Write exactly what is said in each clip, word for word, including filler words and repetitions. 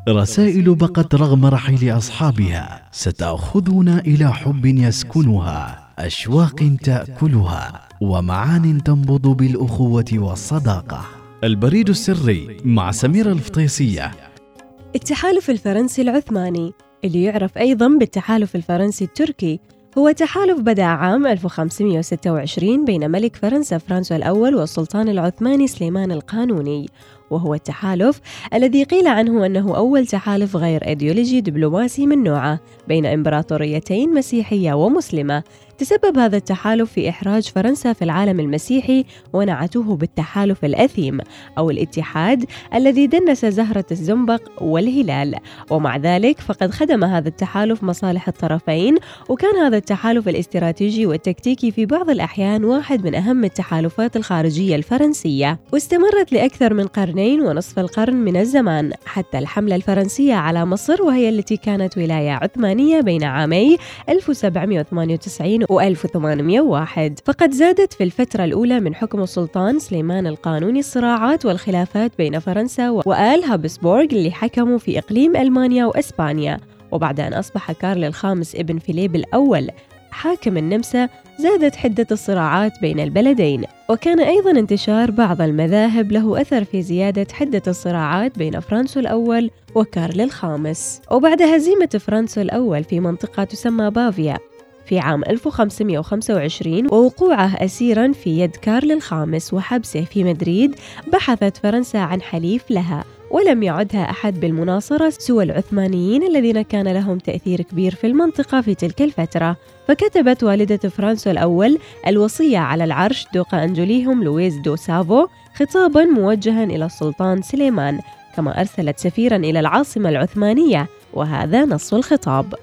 رسائل بقت رغم رحيل أصحابها، ستأخذنا إلى حب يسكنها، أشواق تأكلها، ومعان تنبض بالأخوة والصداقة. البريد السري مع سميرة الفطيسية. التحالف الفرنسي العثماني، اللي يعرف أيضاً بالتحالف الفرنسي التركي، هو تحالف بدأ عام ألف وخمسمائة وستة وعشرين بين ملك فرنسا فرانسوا الأول والسلطان العثماني سليمان القانوني، وهو التحالف الذي قيل عنه أنه أول تحالف غير أيديولوجي دبلوماسي من نوعه بين إمبراطوريتين مسيحية ومسلمة. تسبب هذا التحالف في إحراج فرنسا في العالم المسيحي، ونعتوه بالتحالف الأثيم أو الاتحاد الذي دنس زهرة الزنبق والهلال. ومع ذلك فقد خدم هذا التحالف مصالح الطرفين، وكان هذا التحالف الاستراتيجي والتكتيكي في بعض الأحيان واحد من أهم التحالفات الخارجية الفرنسية، واستمرت لأكثر من قرنين ونصف القرن من الزمان حتى الحملة الفرنسية على مصر، وهي التي كانت ولاية عثمانية بين عامي ألف وسبعمائة وثمانية وتسعين وألف وثمانمائة وواحد. فقد زادت في الفترة الأولى من حكم السلطان سليمان القانوني الصراعات والخلافات بين فرنسا وآل هابسبورغ اللي حكموا في إقليم ألمانيا وإسبانيا. وبعد أن أصبح كارل الخامس ابن فيليب الأول حاكم النمسا، زادت حدة الصراعات بين البلدين، وكان أيضاً انتشار بعض المذاهب له أثر في زيادة حدة الصراعات بين فرانسوا الأول وكارل الخامس. وبعد هزيمة فرانسوا الأول في منطقة تسمى بافيا في عام ألف وخمسمائة وخمسة وعشرين ووقوعه أسيراً في يد كارل الخامس وحبسه في مدريد، بحثت فرنسا عن حليف لها، ولم يعدها أحد بالمناصرة سوى العثمانيين الذين كان لهم تأثير كبير في المنطقة في تلك الفترة. فكتبت والدة فرانسوا الأول الوصية على العرش دوقة أنجليهم لويز دو سافو خطاباً موجهاً إلى السلطان سليمان، كما أرسلت سفيراً إلى العاصمة العثمانية، وهذا نص الخطاب: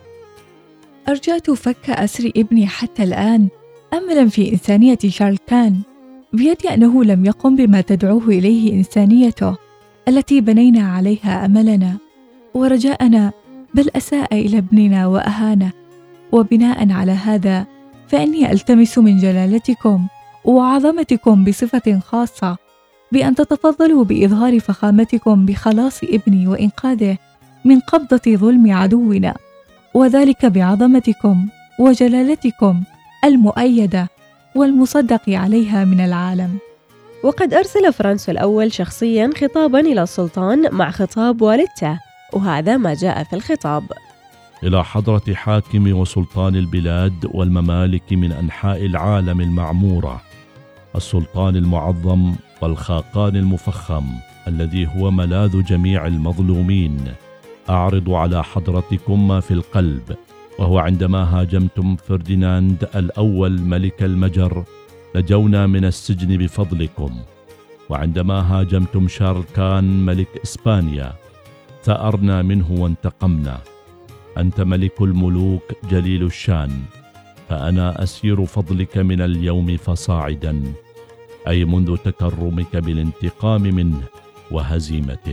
أرجعت فك أسر ابني حتى الآن، أملاً في إنسانية شارلكان، بيدي أنه لم يقم بما تدعوه إليه إنسانيته التي بنينا عليها أملنا ورجاءنا، بل أساء إلى ابننا وأهانه. وبناء على هذا فإني ألتمس من جلالتكم وعظمتكم بصفة خاصة بأن تتفضلوا بإظهار فخامتكم بخلاص ابني وإنقاذه من قبضة ظلم عدونا، وذلك بعظمتكم وجلالتكم المؤيدة والمصدق عليها من العالم. وقد أرسل فرانسوا الأول شخصياً خطاباً إلى السلطان مع خطاب والدته، وهذا ما جاء في الخطاب: إلى حضرة حاكم وسلطان البلاد والممالك من أنحاء العالم المعمورة، السلطان المعظم والخاقان المفخم الذي هو ملاذ جميع المظلومين، أعرض على حضرتكم ما في القلب، وهو عندما هاجمتم فرديناند الأول ملك المجر نجونا من السجن بفضلكم، وعندما هاجمتم شارلكان ملك إسبانيا ثأرنا منه وانتقمنا. أنت ملك الملوك جليل الشان، فأنا أسير فضلك من اليوم فصاعدا، أي منذ تكرمك بالانتقام منه وهزيمته.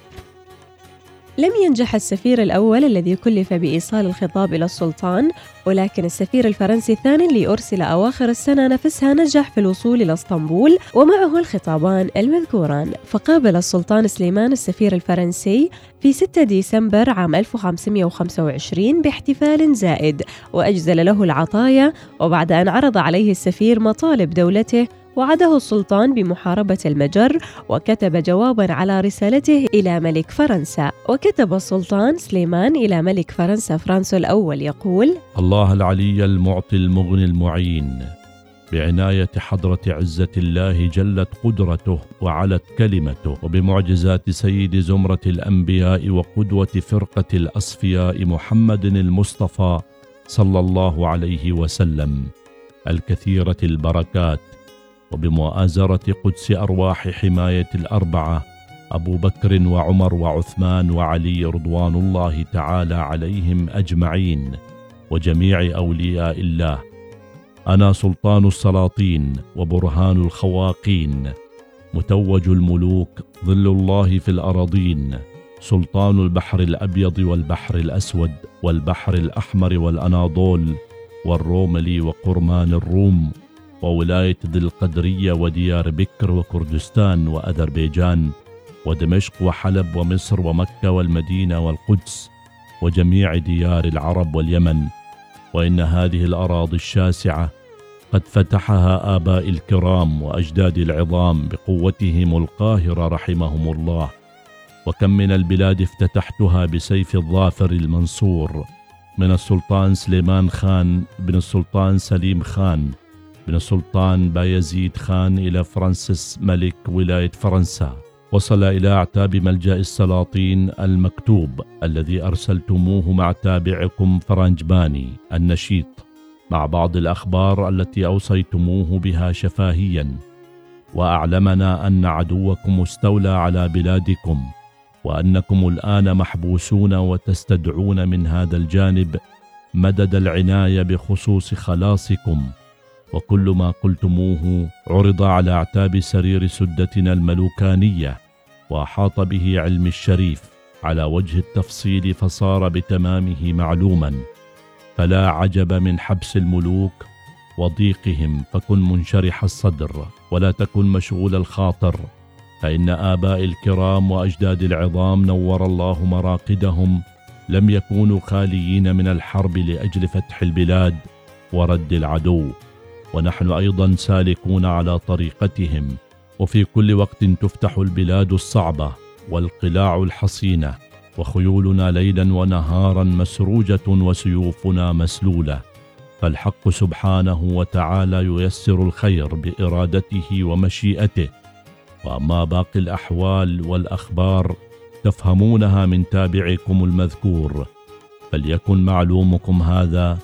لم ينجح السفير الأول الذي كلف بإيصال الخطاب إلى السلطان، ولكن السفير الفرنسي الثاني اللي أرسل أواخر السنة نفسها نجح في الوصول إلى اسطنبول ومعه الخطابان المذكوران. فقابل السلطان سليمان السفير الفرنسي في ستة ديسمبر عام ألف وخمسمائة وخمسة وعشرين باحتفال زائد، وأجزل له العطايا. وبعد أن عرض عليه السفير مطالب دولته، وعده السلطان بمحاربة المجر، وكتب جواباً على رسالته إلى ملك فرنسا. وكتب السلطان سليمان إلى ملك فرنسا فرانسوا الأول يقول: الله العلي المعطي المغني المعين، بعناية حضرة عزة الله جلت قدرته وعلت كلمته، وبمعجزات سيد زمرة الأنبياء وقدوة فرقة الأصفياء محمد المصطفى صلى الله عليه وسلم الكثيرة البركات، وبمؤازرة قدس أرواح حماية الأربعة أبو بكر وعمر وعثمان وعلي رضوان الله تعالى عليهم أجمعين، وجميع أولياء الله، أنا سلطان السلاطين وبرهان الخواقين، متوج الملوك، ظل الله في الأراضين، سلطان البحر الأبيض والبحر الأسود والبحر الأحمر والأناضول والروملي وقرمان الروم وولاية ذي القدرية وديار بكر وكردستان وأذربيجان ودمشق وحلب ومصر ومكة والمدينة والقدس وجميع ديار العرب واليمن. وإن هذه الأراضي الشاسعة قد فتحها آباء الكرام وأجداد العظام بقوتهم القاهرة رحمهم الله. وكم من البلاد افتتحتها بسيف الظافر المنصور، من السلطان سليمان خان بن السلطان سليم خان بن السلطان بايزيد خان إلى فرانسيس ملك ولاية فرنسا. وصل إلى أعتاب ملجأ السلاطين المكتوب الذي أرسلتموه مع تابعكم فرنجباني النشيط، مع بعض الأخبار التي أوصيتموه بها شفاهيا، وأعلمنا أن عدوكم استولى على بلادكم، وأنكم الآن محبوسون وتستدعون من هذا الجانب مدد العناية بخصوص خلاصكم. وكل ما قلتموه عرض على أعتاب سرير سدتنا الملوكانية، وأحاط به علم الشريف على وجه التفصيل، فصار بتمامه معلوما. فلا عجب من حبس الملوك وضيقهم، فكن منشرح الصدر ولا تكن مشغول الخاطر، فإن آباء الكرام وأجداد العظام نور الله مراقدهم لم يكونوا خاليين من الحرب لأجل فتح البلاد ورد العدو، ونحن أيضا سالكون على طريقتهم. وفي كل وقت تفتح البلاد الصعبة والقلاع الحصينة، وخيولنا ليلا ونهارا مسروجة وسيوفنا مسلولة، فالحق سبحانه وتعالى ييسر الخير بإرادته ومشيئته. وأما باقي الأحوال والأخبار تفهمونها من تابعكم المذكور، فليكن معلومكم هذا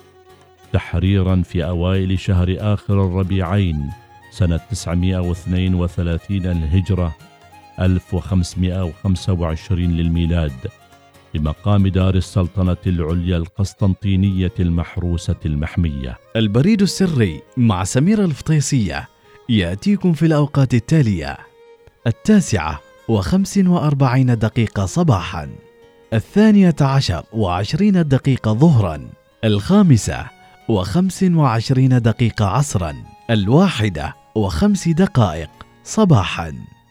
تحريرا في أوائل شهر آخر الربيعين سنة تسعمائة واثنين وثلاثين الهجرة ألف وخمسمائة وخمسة وعشرين للميلاد، بمقام دار السلطنة العليا القسطنطينية المحروسة المحمية. البريد السري مع سميرة الفطيسية يأتيكم في الأوقات التالية: التاسعة وخمس وأربعين دقيقة صباحا، الثانية عشر وعشرين دقيقة ظهرا، الخامسة وخمس وعشرين دقيقة عصرا، الواحدة وخمس دقائق صباحا.